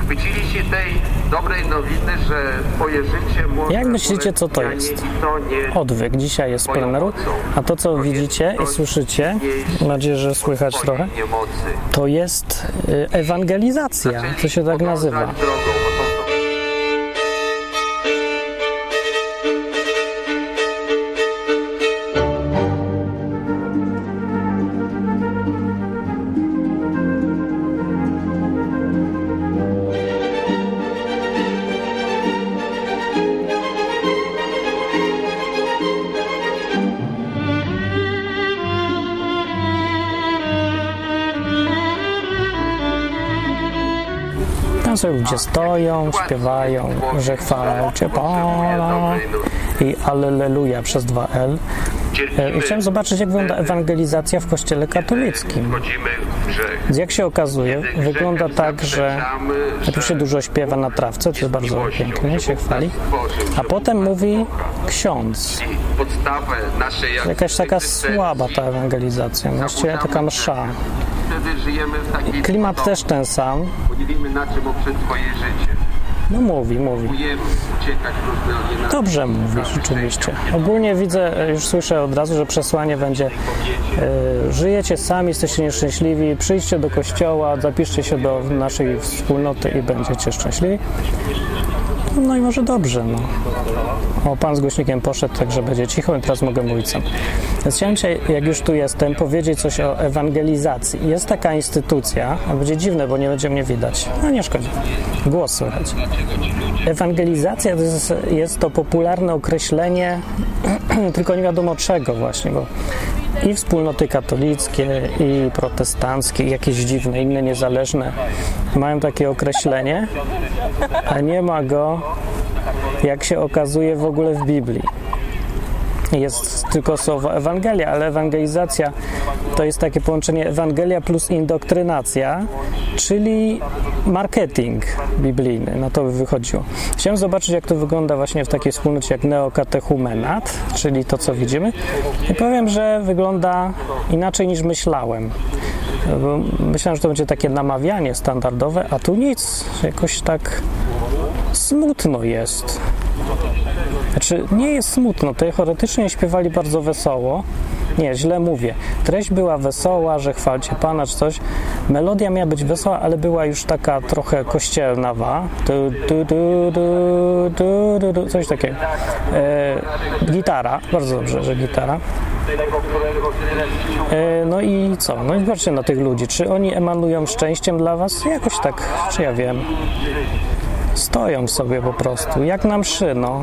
chwycili się tej dobrej nowiny, że twoje życie może... Jak myślicie, co to jest? Odwyk. Dzisiaj jest pleneru, a to, co widzicie i słyszycie, mam nadzieję, że słychać trochę, to jest ewangelizacja, to się tak nazywa. Tam sobie ludzie stoją, śpiewają, że chwalcie Pana i Alleluja przez 2L. I chciałem zobaczyć, jak wygląda ewangelizacja w kościele katolickim. Jak się okazuje, wygląda tak, że najpierw się dużo śpiewa na trawce, to jest bardzo pięknie, się chwali, a potem mówi ksiądz. Jakaś taka słaba ta ewangelizacja, właściwie taka msza. Klimat też ten sam. No mówi. Dobrze mówi, rzeczywiście. Ogólnie widzę, już słyszę od razu, że przesłanie będzie żyjecie sami, jesteście nieszczęśliwi, przyjdźcie do kościoła, zapiszcie się do naszej wspólnoty i będziecie szczęśliwi. No i może dobrze, no. O, pan z głośnikiem poszedł, także będzie cicho i teraz mogę mówić sam. Więc chciałem dzisiaj, jak już tu jestem, powiedzieć coś o ewangelizacji. Jest taka instytucja, a będzie dziwne, bo nie będzie mnie widać. No nie szkodzi. Głos słychać. Ewangelizacja to jest to popularne określenie, tylko nie wiadomo czego właśnie, bo i wspólnoty katolickie, i protestanckie, i jakieś dziwne, inne niezależne mają takie określenie, a nie ma go, jak się okazuje, w ogóle w Biblii. Jest tylko słowo Ewangelia, ale ewangelizacja to jest takie połączenie Ewangelia plus indoktrynacja, czyli marketing biblijny. Na to by wychodziło. Chciałem zobaczyć, jak to wygląda właśnie w takiej wspólnocie jak neokatechumenat, czyli to, co widzimy. I powiem, że wygląda inaczej niż myślałem. Bo myślałem, że to będzie takie namawianie standardowe, a tu nic. Jakoś tak smutno jest. Znaczy, nie jest smutno, teoretycznie śpiewali bardzo wesoło. Nie, źle mówię. Treść była wesoła, że chwalcie Pana czy coś. Melodia miała być wesoła, ale była już taka trochę kościelnawa. Coś takiego. Gitara, bardzo dobrze, że gitara. No i co? No i patrzcie na tych ludzi. Czy oni emanują szczęściem dla was? Jakoś tak, czy ja wiem. Stoją sobie po prostu, jak na mszy, no.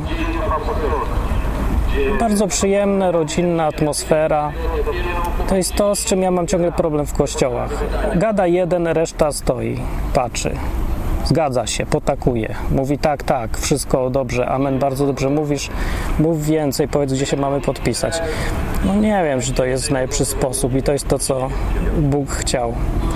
Bardzo przyjemna, rodzinna atmosfera. To jest to, z czym ja mam ciągle problem w kościołach. Gada jeden, reszta stoi, patrzy. Zgadza się, potakuje. Mówi tak, wszystko dobrze, amen, bardzo dobrze mówisz. Mów więcej, powiedz, gdzie się mamy podpisać. No nie wiem, czy to jest najlepszy sposób i to jest to, co Bóg chciał.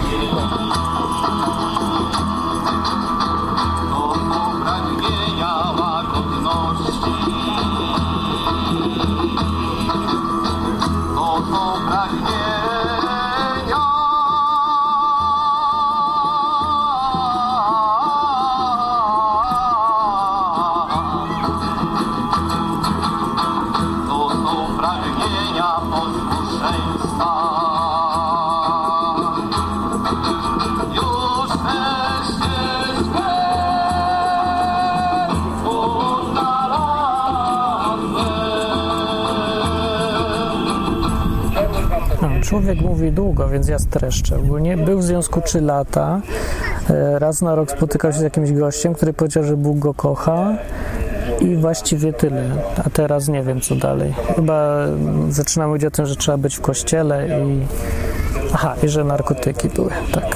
Człowiek mówi długo, więc ja streszczę. Ogólnie był w związku 3 lata. Raz na rok spotykał się z jakimś gościem, który powiedział, że Bóg go kocha i właściwie tyle. A teraz nie wiem, co dalej. Chyba zaczynam mówić o tym, że trzeba być w kościele i... Aha, i że narkotyki były, tak.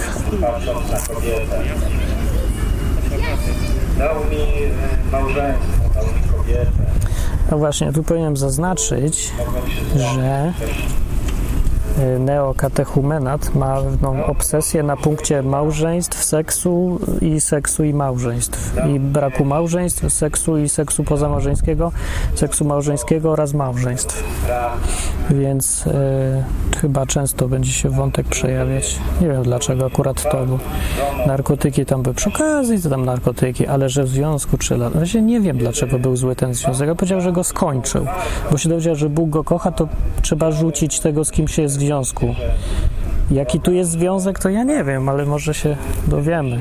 Dał mi małżeństwo, dał mi kobietę. No właśnie, tu powinienem zaznaczyć, że neokatechumenat ma obsesję na punkcie małżeństw, seksu i małżeństw. I braku małżeństw, seksu pozamałżeńskiego, seksu małżeńskiego oraz małżeństw. Więc chyba często będzie się wątek przejawiać. Nie wiem dlaczego akurat to, bo narkotyki tam by przy okazji, to tam narkotyki, ale że w związku 3 lata. Właśnie nie wiem dlaczego był zły ten związek. Ja powiedział, że go skończył, bo się dowiedział, że Bóg go kocha, to trzeba rzucić tego, z kim się jest w związku. Jaki tu jest związek, to ja nie wiem, ale może się dowiemy.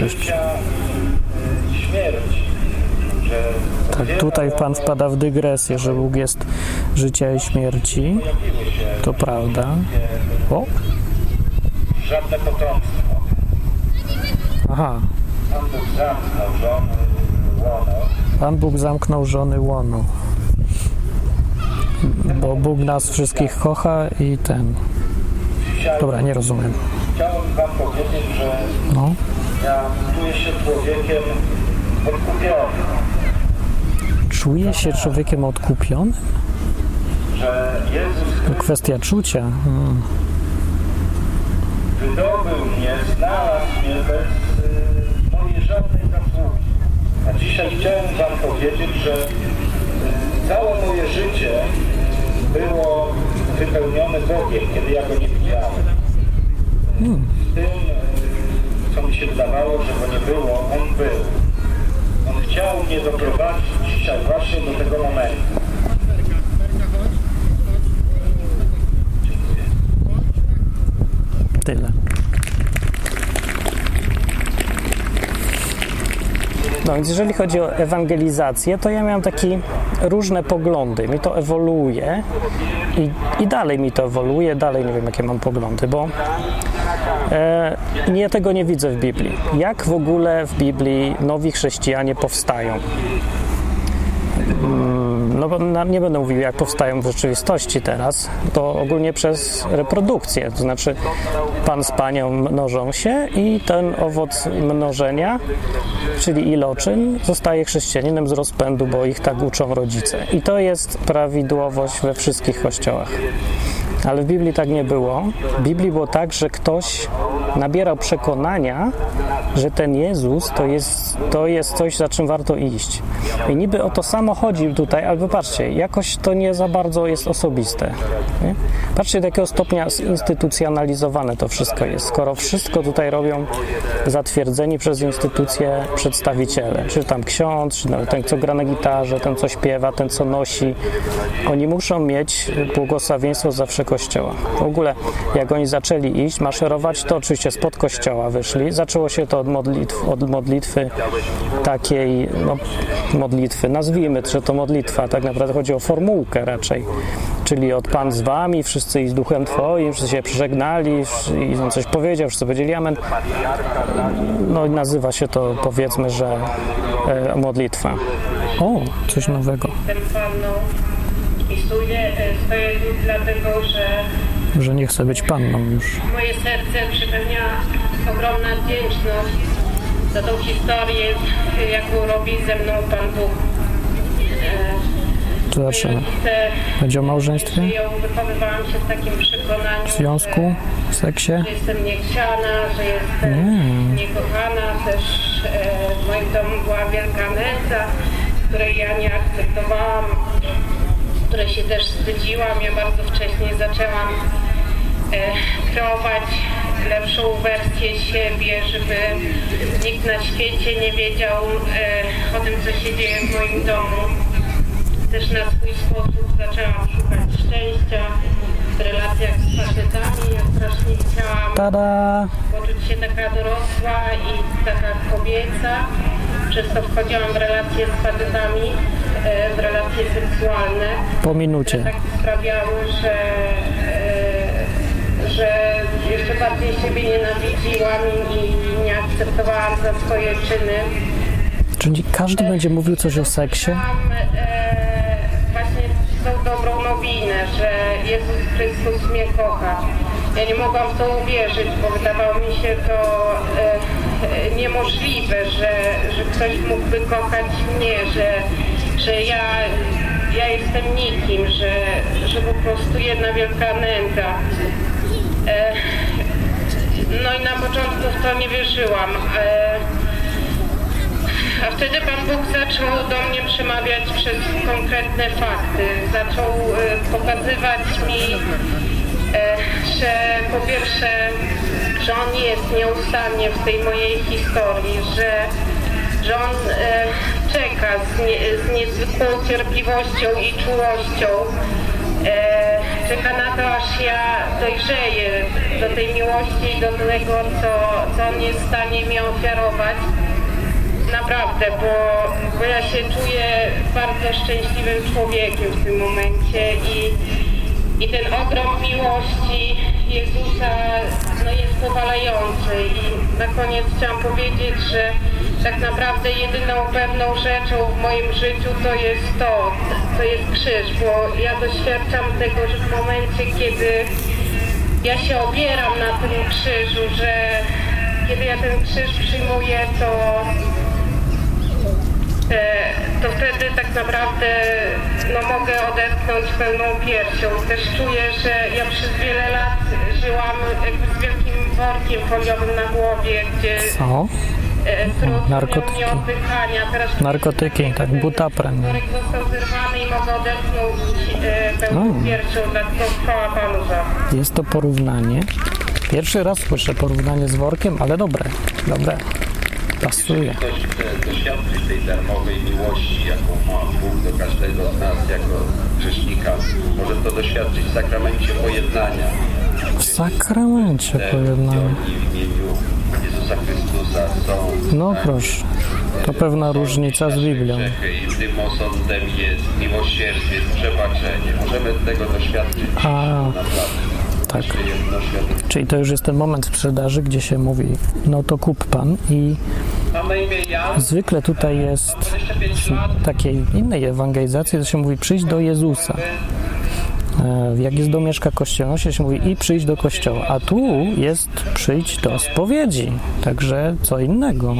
Tak, tutaj Pan wpada w dygresję, że Bóg jest życia i śmierci. To prawda. O! Żadne potomstwo. Aha. Pan Bóg zamknął żony łono. Bo Bóg nas wszystkich kocha i ten... Dobra, nie rozumiem. Chciałem wam powiedzieć, że ja czuję się człowiekiem odkupionym. Czuje się człowiekiem odkupionym? Że Jezus To kwestia czucia. wydobył mnie, znalazł mnie bez mojej żadnej zasługi. A dzisiaj chciałem wam powiedzieć, że całe moje życie było wypełnione Bogiem, kiedy ja go nie widziałem. Z tym, co mi się wydawało, że go nie było, On był. On chciał mnie doprowadzić dzisiaj właśnie do tego momentu. Tyle. No więc jeżeli chodzi o ewangelizację, to ja miałem takie różne poglądy. Mi to ewoluuje i dalej mi to ewoluuje, dalej nie wiem jakie mam poglądy, bo ja tego nie widzę w Biblii. Jak w ogóle w Biblii nowi chrześcijanie powstają? No bo nie będę mówił, jak powstają w rzeczywistości teraz, to ogólnie przez reprodukcję, to znaczy pan z panią mnożą się i ten owoc mnożenia, czyli iloczyn, zostaje chrześcijaninem z rozpędu, bo ich tak uczą rodzice. I to jest prawidłowość we wszystkich kościołach. Ale w Biblii tak nie było. W Biblii było tak, że ktoś nabierał przekonania, że ten Jezus to jest coś, za czym warto iść. I niby o to samo chodzi tutaj, ale patrzcie, jakoś to nie za bardzo jest osobiste. Nie? Patrzcie, do jakiego stopnia zinstytucjonalizowane to wszystko jest. Skoro wszystko tutaj robią zatwierdzeni przez instytucje przedstawiciele, czy tam ksiądz, czy ten, co gra na gitarze, ten, co śpiewa, ten, co nosi, oni muszą mieć błogosławieństwo zawsze Kościoła. W ogóle, jak oni zaczęli iść, maszerować, to oczywiście spod Kościoła wyszli. Zaczęło się to od modlitwy takiej, modlitwy, nazwijmy, że to modlitwa, tak naprawdę chodzi o formułkę raczej, czyli od Pan z wami, wszyscy i z Duchem Twoim, wszyscy się przeżegnali i on coś powiedział, wszyscy powiedzieli amen. No i nazywa się to, powiedzmy, że modlitwa. O, coś nowego. I stoję dlatego, że nie chcę być panną już. Moje serce przepełnia ogromna wdzięczność za tą historię, jaką robi ze mną Pan Bóg. To zaczyna. Będzie o małżeństwie? Wychowywałam się w takim przekonaniu, w związku, w seksie? Że jestem niechciana, że jestem niekochana. Też w moim domu była wielka nędza, której ja nie akceptowałam, której się też wstydziłam. Ja bardzo wcześnie zaczęłam kreować lepszą wersję siebie, żeby nikt na świecie nie wiedział o tym, co się dzieje w moim domu. Też na swój sposób zaczęłam szukać szczęścia w relacjach z facetami. Ja strasznie chciałam poczuć się taka dorosła i taka kobieca. Przez to wchodziłam w relacje z facetami, w relacje seksualne. Po minucie. Które tak sprawiały, że jeszcze bardziej siebie nienawidziłam i nie akceptowałam za swoje czyny. Czyli każdy będzie mówił coś o seksie? Właśnie tą dobrą nowinę, że Jezus Chrystus mnie kocha. Ja nie mogłam w to uwierzyć, bo wydawało mi się to niemożliwe, że ktoś mógłby kochać mnie, że ja ja jestem nikim, że po prostu jedna wielka nędza. No i na początku w to nie wierzyłam. A wtedy Pan Bóg zaczął do mnie przemawiać przez konkretne fakty. Zaczął pokazywać mi, że po pierwsze, że On jest nieustannie w tej mojej historii, że On czeka z niezwykłą cierpliwością i czułością. Czeka na to, aż ja dojrzeję do tej miłości i do tego, co On jest w stanie mi ofiarować. Naprawdę, bo ja się czuję bardzo szczęśliwym człowiekiem w tym momencie i ten ogrom miłości Jezusa jest powalający. I na koniec chciałam powiedzieć, że tak naprawdę jedyną pewną rzeczą w moim życiu to jest krzyż, bo ja doświadczam tego, że w momencie, kiedy ja się opieram na tym krzyżu, że kiedy ja ten krzyż przyjmuję, to wtedy tak naprawdę mogę odetchnąć pełną piersią. Też czuję, że ja przez wiele lat żyłam jakby z wielkim workiem foliowym na głowie, gdzie narkotyki. Narkotyki, tak, butapren. Worek został zerwany i mogę odetchnąć pełną piersią, dlatego chwała Panu za. Jest to porównanie. Pierwszy raz słyszę porównanie z workiem, ale dobre. Pasuje. Jeżeli ktoś chce doświadczyć tej darmowej miłości, jaką ma Bóg do każdego z nas jako grzesznika, może to doświadczyć w sakramencie pojednania. W sakramencie pojednania. W imieniu Jezusa Chrystusa są... No proszę, to pewna różnica z Biblią. I tym osądem jest miłosierdzie, jest przebaczenie. Możemy tego doświadczyć naprawdę. Tak. Czyli to już jest ten moment sprzedaży, gdzie się mówi, no to kup Pan i zwykle tutaj jest w takiej innej ewangelizacji, to się mówi przyjdź do Jezusa. Jak jest domieszka kościoła, się mówi i przyjdź do kościoła, a tu jest przyjdź do spowiedzi, także co innego.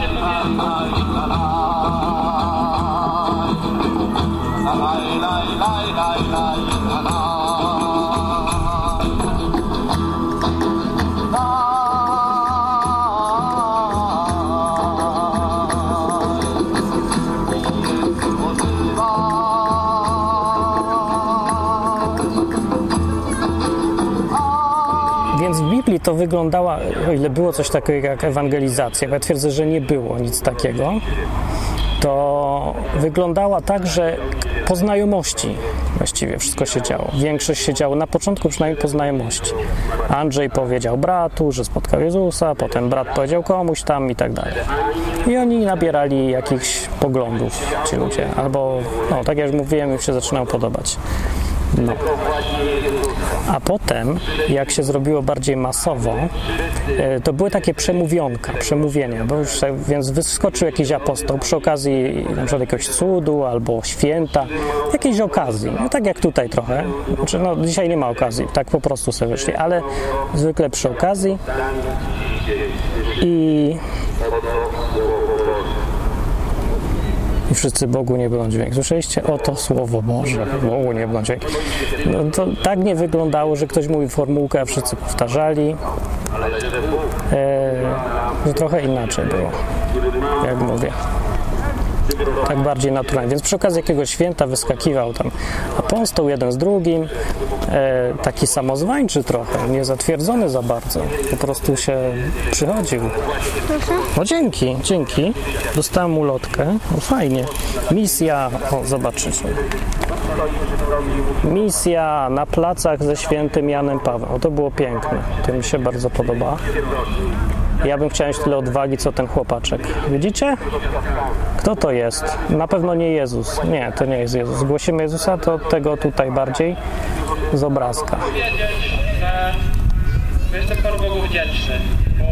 Więc w Biblii to wyglądała, o ile było coś takiego jak ewangelizacja, bo ja twierdzę, że nie było nic takiego, to wyglądała tak, że po znajomości właściwie wszystko się działo. Większość się działo, na początku przynajmniej po znajomości. Andrzej powiedział bratu, że spotkał Jezusa, potem brat powiedział komuś tam i tak dalej. I oni nabierali jakichś poglądów, ci ludzie, albo, tak jak już mówiłem, im się zaczynało podobać. No. A potem, jak się zrobiło bardziej masowo, to były takie przemówienia, bo już, więc wyskoczył jakiś apostoł przy okazji na przykład jakiegoś cudu albo święta, jakiejś okazji, tak jak tutaj trochę, znaczy, dzisiaj nie ma okazji, tak po prostu sobie wyszli, ale zwykle przy okazji i wszyscy Bogu nie będą dźwięk. Słyszeliście? Oto Słowo Boże. Bogu nie będą dźwięk. To tak nie wyglądało, że ktoś mówi formułkę, a wszyscy powtarzali. Że trochę inaczej było, jak mówię. Tak bardziej naturalnie. Więc przy okazji jakiegoś święta wyskakiwał tam apostoł jeden z drugim, taki samozwańczy trochę, nie zatwierdzony za bardzo. Po prostu się przychodził. No dzięki. Dostałem ulotkę. No fajnie. Misja, zobaczycie. Misja na placach ze świętym Janem Pawłem. To było piękne. To mi się bardzo podoba. Ja bym chciał mieć tyle odwagi, co ten chłopaczek. Widzicie? Kto to jest? Na pewno nie Jezus. Nie, to nie jest Jezus. Głosimy Jezusa, to tego tutaj bardziej z obrazka. Powiedzieć, że jestem Panu Bogu wdzięczny, bo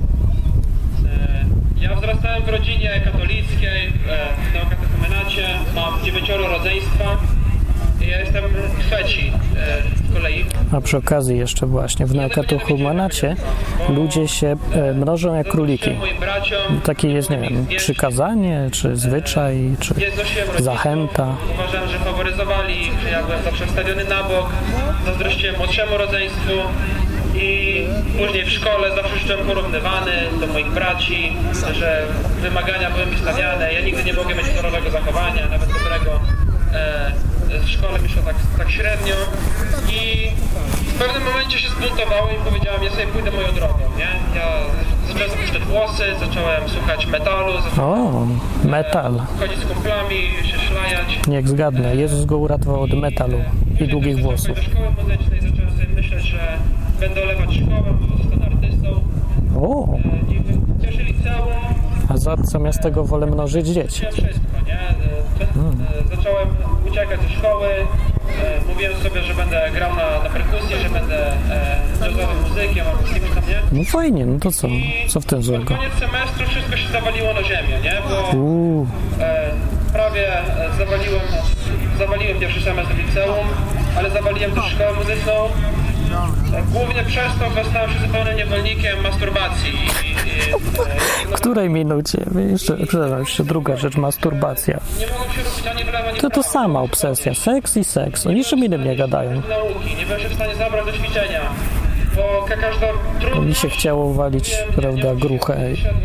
ja wzrastałem w rodzinie katolickiej, w neokatechumenacie, mam 9 rodzeństwa Ja jestem w Szwecji z kolei. A przy okazji jeszcze właśnie w Neokatechumanacie ludzie się mnożą jak króliki. Moim braciom, Takie jest, nie wiem, przykazanie, czy zwyczaj, czy zachęta. Uważałem, że faworyzowali, że ja byłem zawsze wstawiony na bok, zazdrościłem młodszemu rodzeństwu i później w szkole zawsze byłem porównywany do moich braci, że wymagania były mi stawiane. Ja nigdy nie mogłem mieć wzorowego zachowania, nawet dobrego. W szkole wyszło tak średnio i w pewnym momencie się zbuntowałem i powiedziałem, ja sobie pójdę moją drogą, nie? Ja zacząłem zapuszczać włosy, zacząłem słuchać metalu, zacząłem metal. chodzić z kumplami, się szlajać. Niech zgadnę, Jezus go uratował od metalu i długich włosów. Do szkoły muzycznej zacząłem sobie myśleć, że będę olewać szkołę, bo zostanę artystą. I też liceum. A zamiast tego wolę mnożyć dzieci. Wszystko, nie? Zacząłem uciekać ze szkoły, mówiłem sobie, że będę grał na perkusji, że będę jazzowym muzykiem albo kimś tam, nie? No fajnie, no to co? Co w tym złego? Pod koniec semestru wszystko się zawaliło na ziemię, nie? Bo prawie zawaliłem pierwszy semestr liceum, ale zawaliłem też szkołę muzyczną. Głównie przez to, bo stałem się zupełnym niewolnikiem masturbacji. W której minucie? Jeszcze druga rzecz, masturbacja. Nie mogłem się robić ani w lewo, ani w To prawo. sama obsesja, seks i seks. O niczym innym nie gadają. Nauki, nie byłem się w stanie zabrać do ćwiczenia, bo każda trudność... Mi się chciało walić, prawda, gruchę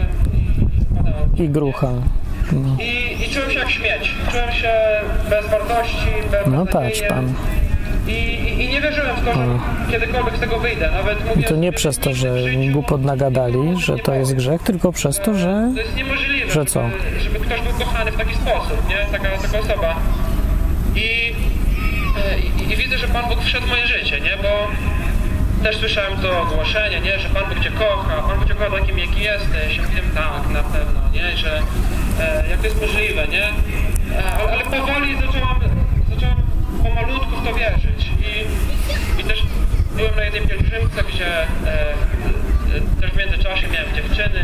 i grucha. No. I czułem się jak śmieć. Czułem się bez wartości, bez No patrz pan. I nie wierzyłem w to, że kiedykolwiek z tego wyjdę. Nawet I mówię, to nie przez to, że głupot nagadali, że to jest grzech, tylko przez to, że... to jest niemożliwe, Że co? żeby ktoś był kochany w taki sposób, nie? Taka osoba. I widzę, że Pan Bóg wszedł w moje życie, nie? Bo też słyszałem to ogłoszenie, nie? Że Pan Bóg Cię kocha, Pan Bóg Cię kocha takim, jaki jesteś. Ja mówię, tak, na pewno, nie? Że jak to jest możliwe, nie? Ale powoli zacząłem pomalutku w to wierzyć. I też byłem na jednej pielgrzymce, gdzie też w międzyczasie miałem dziewczyny,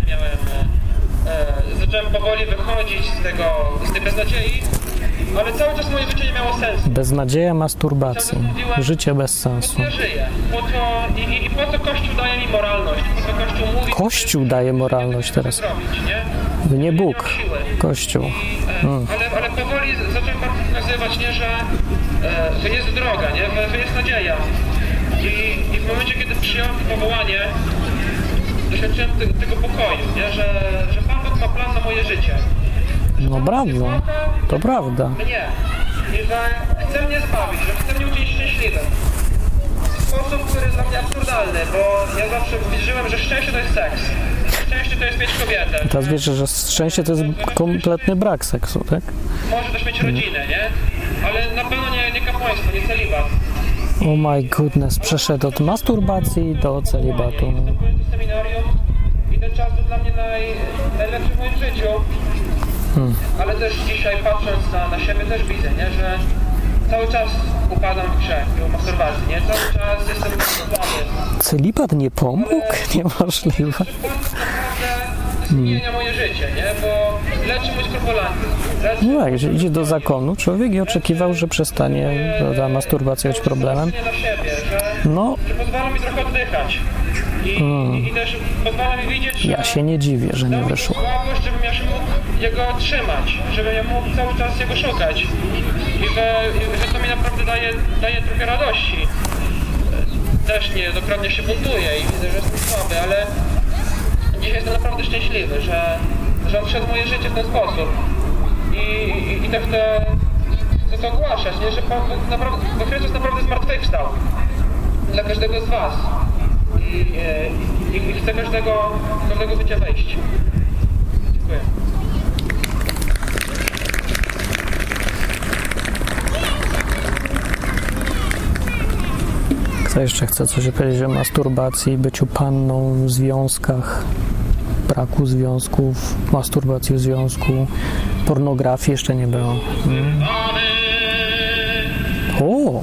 zacząłem powoli wychodzić z tej beznadziei, ale cały czas moje życie nie miało sensu. Beznadzieja masturbacji. Życie bez sensu. Ja żyję. I po co Kościół daje mi moralność? Po co Kościół mówi... Kościół daje moralność teraz. Zrobić, nie? Nie Bóg. Kościół. Ale powoli zacząłem pokazywać, nie, że jest droga, nie? Że jest nadzieja. I w momencie, kiedy przyjąłem to powołanie, doświadczyłem tego pokoju, nie? Że Pan Bóg ma plan na moje życie. No prawda. To prawda. Mnie. I że chce mnie zbawić, że chce mnie uczynić szczęśliwym. W sposób, który jest dla mnie absurdalny, bo ja zawsze wierzyłem, że szczęście to jest seks. Szczęście to jest mieć kobietę. Teraz wiesz, że szczęście to jest kompletny brak seksu, tak? Może też mieć rodzinę, nie? Ale na pewno nie kapłaństwo, nie celibat. Oh my goodness, przeszedł od masturbacji do celibatu. Wstępując do seminarium i ten czas był dla mnie najlepszy w moim życiu. Ale też dzisiaj patrząc na siebie też widzę, nie? Że cały czas upadam w grzech, w masturbacji, nie? Cały czas jestem słaby. Celibat nie pomógł? Niemożliwe. Zmienia moje życie, nie? Bo leczy mój skrupulantyzm. No jak, idzie do zakonu człowiek i oczekiwał, że przestanie ta masturbacja być problemem. Na siebie, No, że pozwala mi trochę oddychać. I też pozwala mi widzieć, że... ja się nie dziwię, że nie wyszło. Słabość, żebym ja się mógł jego trzymać, żebym ja mógł cały czas jego szukać. I że to mi naprawdę daje trochę radości. Też niejednokrotnie się buntuję i widzę, że jestem słaby, ale dzisiaj jestem naprawdę szczęśliwy, że on wszedł w moje życie w ten sposób. I tak chcę to ogłaszać, nie? Że Pan Bóg naprawdę, bo Chrystus naprawdę zmartwychwstał dla każdego z was. I chcę każdego życia wejść. Dziękuję. Kto jeszcze chce coś powiedzieć o masturbacji, byciu panną w związkach, braku związków, masturbacji w związku, pornografii jeszcze nie było. O!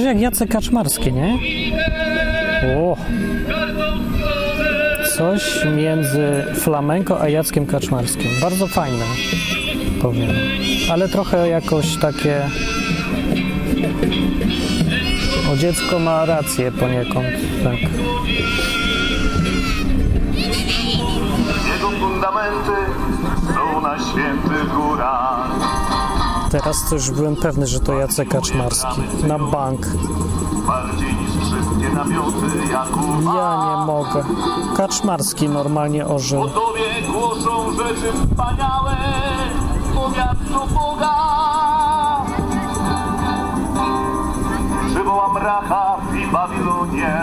jak Jacek Kaczmarski, nie? O. Coś między flamenko a Jackiem Kaczmarskim. Bardzo fajne, powiem. Ale trochę jakoś takie... O, dziecko ma rację poniekąd, tak. Jego fundamenty są na świętych górach. Teraz też byłem pewny, że to Jacek Kaczmarski. Na bank. Bardziej niż wszystkie namioty Jakuba. Ja nie mogę. Kaczmarski normalnie ożył. O tobie głoszą rzeczy wspaniałe, o miastu Boga. Przywołam Rahab i Babilonie.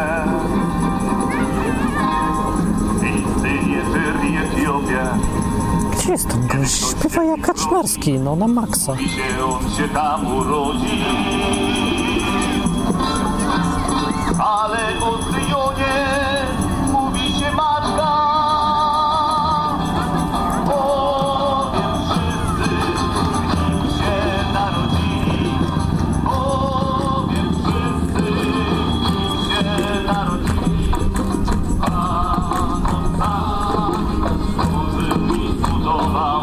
I Syrię, Tyr i Etiopię. Gdzie jest ten gość? Śpiewa jak Kaczmarski, no na maksa. Gdzie on się tam urodzi. Ale o Syjonie mówi się matka. Bowiem wszyscy w nim się narodzili. Bowiem wszyscy w nim się narodzili. Panom sam stworzył i zbudował.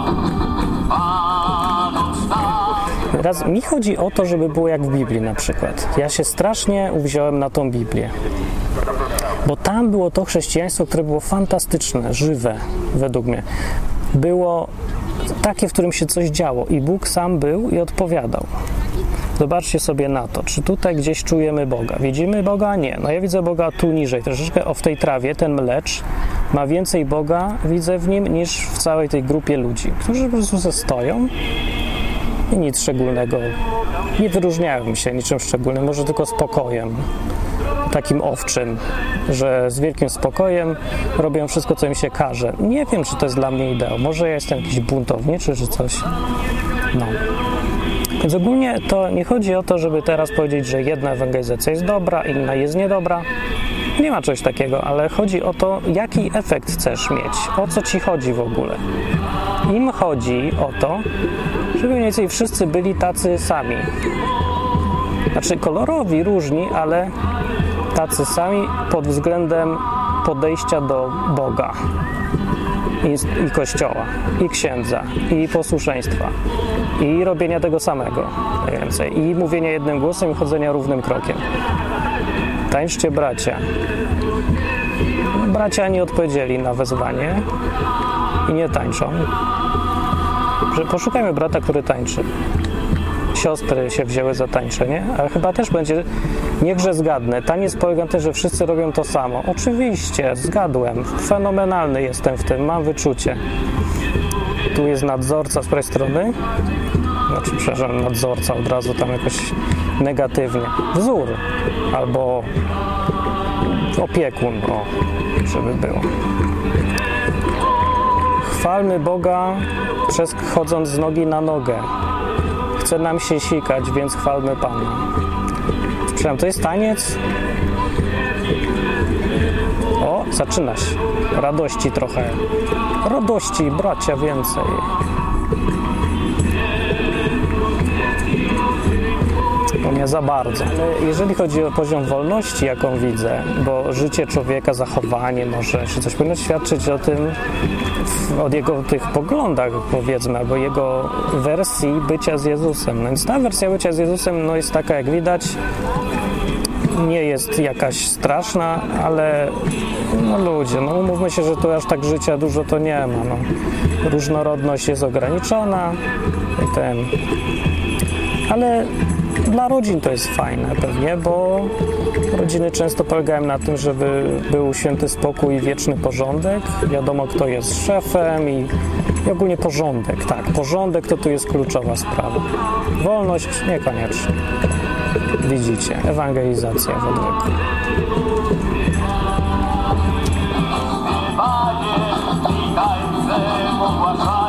Panom sam. Raz mi chodzi o to, żeby było jak w Biblii na przykład. Ja się strasznie uwziąłem na tą Biblię. Bo tam było to chrześcijaństwo, które było fantastyczne, żywe, według mnie. Było takie, w którym się coś działo i Bóg sam był i odpowiadał. Zobaczcie sobie na to, czy tutaj gdzieś czujemy Boga. Widzimy Boga? Nie. No ja widzę Boga tu niżej, troszeczkę w tej trawie, ten mlecz ma więcej Boga, widzę w nim, niż w całej tej grupie ludzi, którzy po prostu stoją i nic szczególnego. Nie wyróżniają mi się niczym szczególnym, może tylko spokojem, takim owczym, że z wielkim spokojem robią wszystko, co im się każe. Nie wiem, czy to jest dla mnie ideał. Może ja jestem jakiś buntowniczy, czy coś. No. Więc ogólnie to nie chodzi o to, żeby teraz powiedzieć, że jedna ewangelizacja jest dobra, inna jest niedobra. Nie ma czegoś takiego, ale chodzi o to, jaki efekt chcesz mieć. O co ci chodzi w ogóle. Im chodzi o to, żeby mniej więcej wszyscy byli tacy sami. Znaczy kolorowi, różni, ale tacy sami pod względem podejścia do Boga i Kościoła, i księdza, i posłuszeństwa, i robienia tego samego mniej więcej, i mówienia jednym głosem, i chodzenia równym krokiem. Tańczcie, bracia. Bracia nie odpowiedzieli na wezwanie i nie tańczą. Że poszukajmy brata, który tańczy. Siostry się wzięły za tańczenie, ale chyba też będzie, niechże zgadnę, taniec polega na tym, że wszyscy robią to samo. Oczywiście, zgadłem, fenomenalny jestem w tym, mam wyczucie. Tu jest nadzorca z prawej strony, znaczy, przepraszam, nadzorca od razu tam jakoś negatywnie. Wzór, albo opiekun, o, żeby było. Chwalmy Boga, chodząc z nogi na nogę. Chce nam się sikać, więc chwalmy Pana. Przepraszam, to jest taniec? O, zaczyna się. Radości trochę. Radości, bracia, więcej. To nie za bardzo. Ale jeżeli chodzi o poziom wolności, jaką widzę, bo życie człowieka, zachowanie może, czy coś powinno świadczyć o tym, od jego tych poglądach, powiedzmy, albo jego wersji bycia z Jezusem. No więc ta wersja bycia z Jezusem no jest taka, jak widać, nie jest jakaś straszna, ale no ludzie, no umówmy się, że tu aż tak życia dużo to nie ma. No. Różnorodność jest ograniczona i ale dla rodzin to jest fajne pewnie, bo rodziny często polegają na tym, żeby był święty spokój i wieczny porządek. Wiadomo, kto jest szefem i ogólnie porządek. Tak, porządek to tu jest kluczowa sprawa. Wolność niekoniecznie. Widzicie, ewangelizacja w odwyku. Panie, i tańcem ogłaszamy.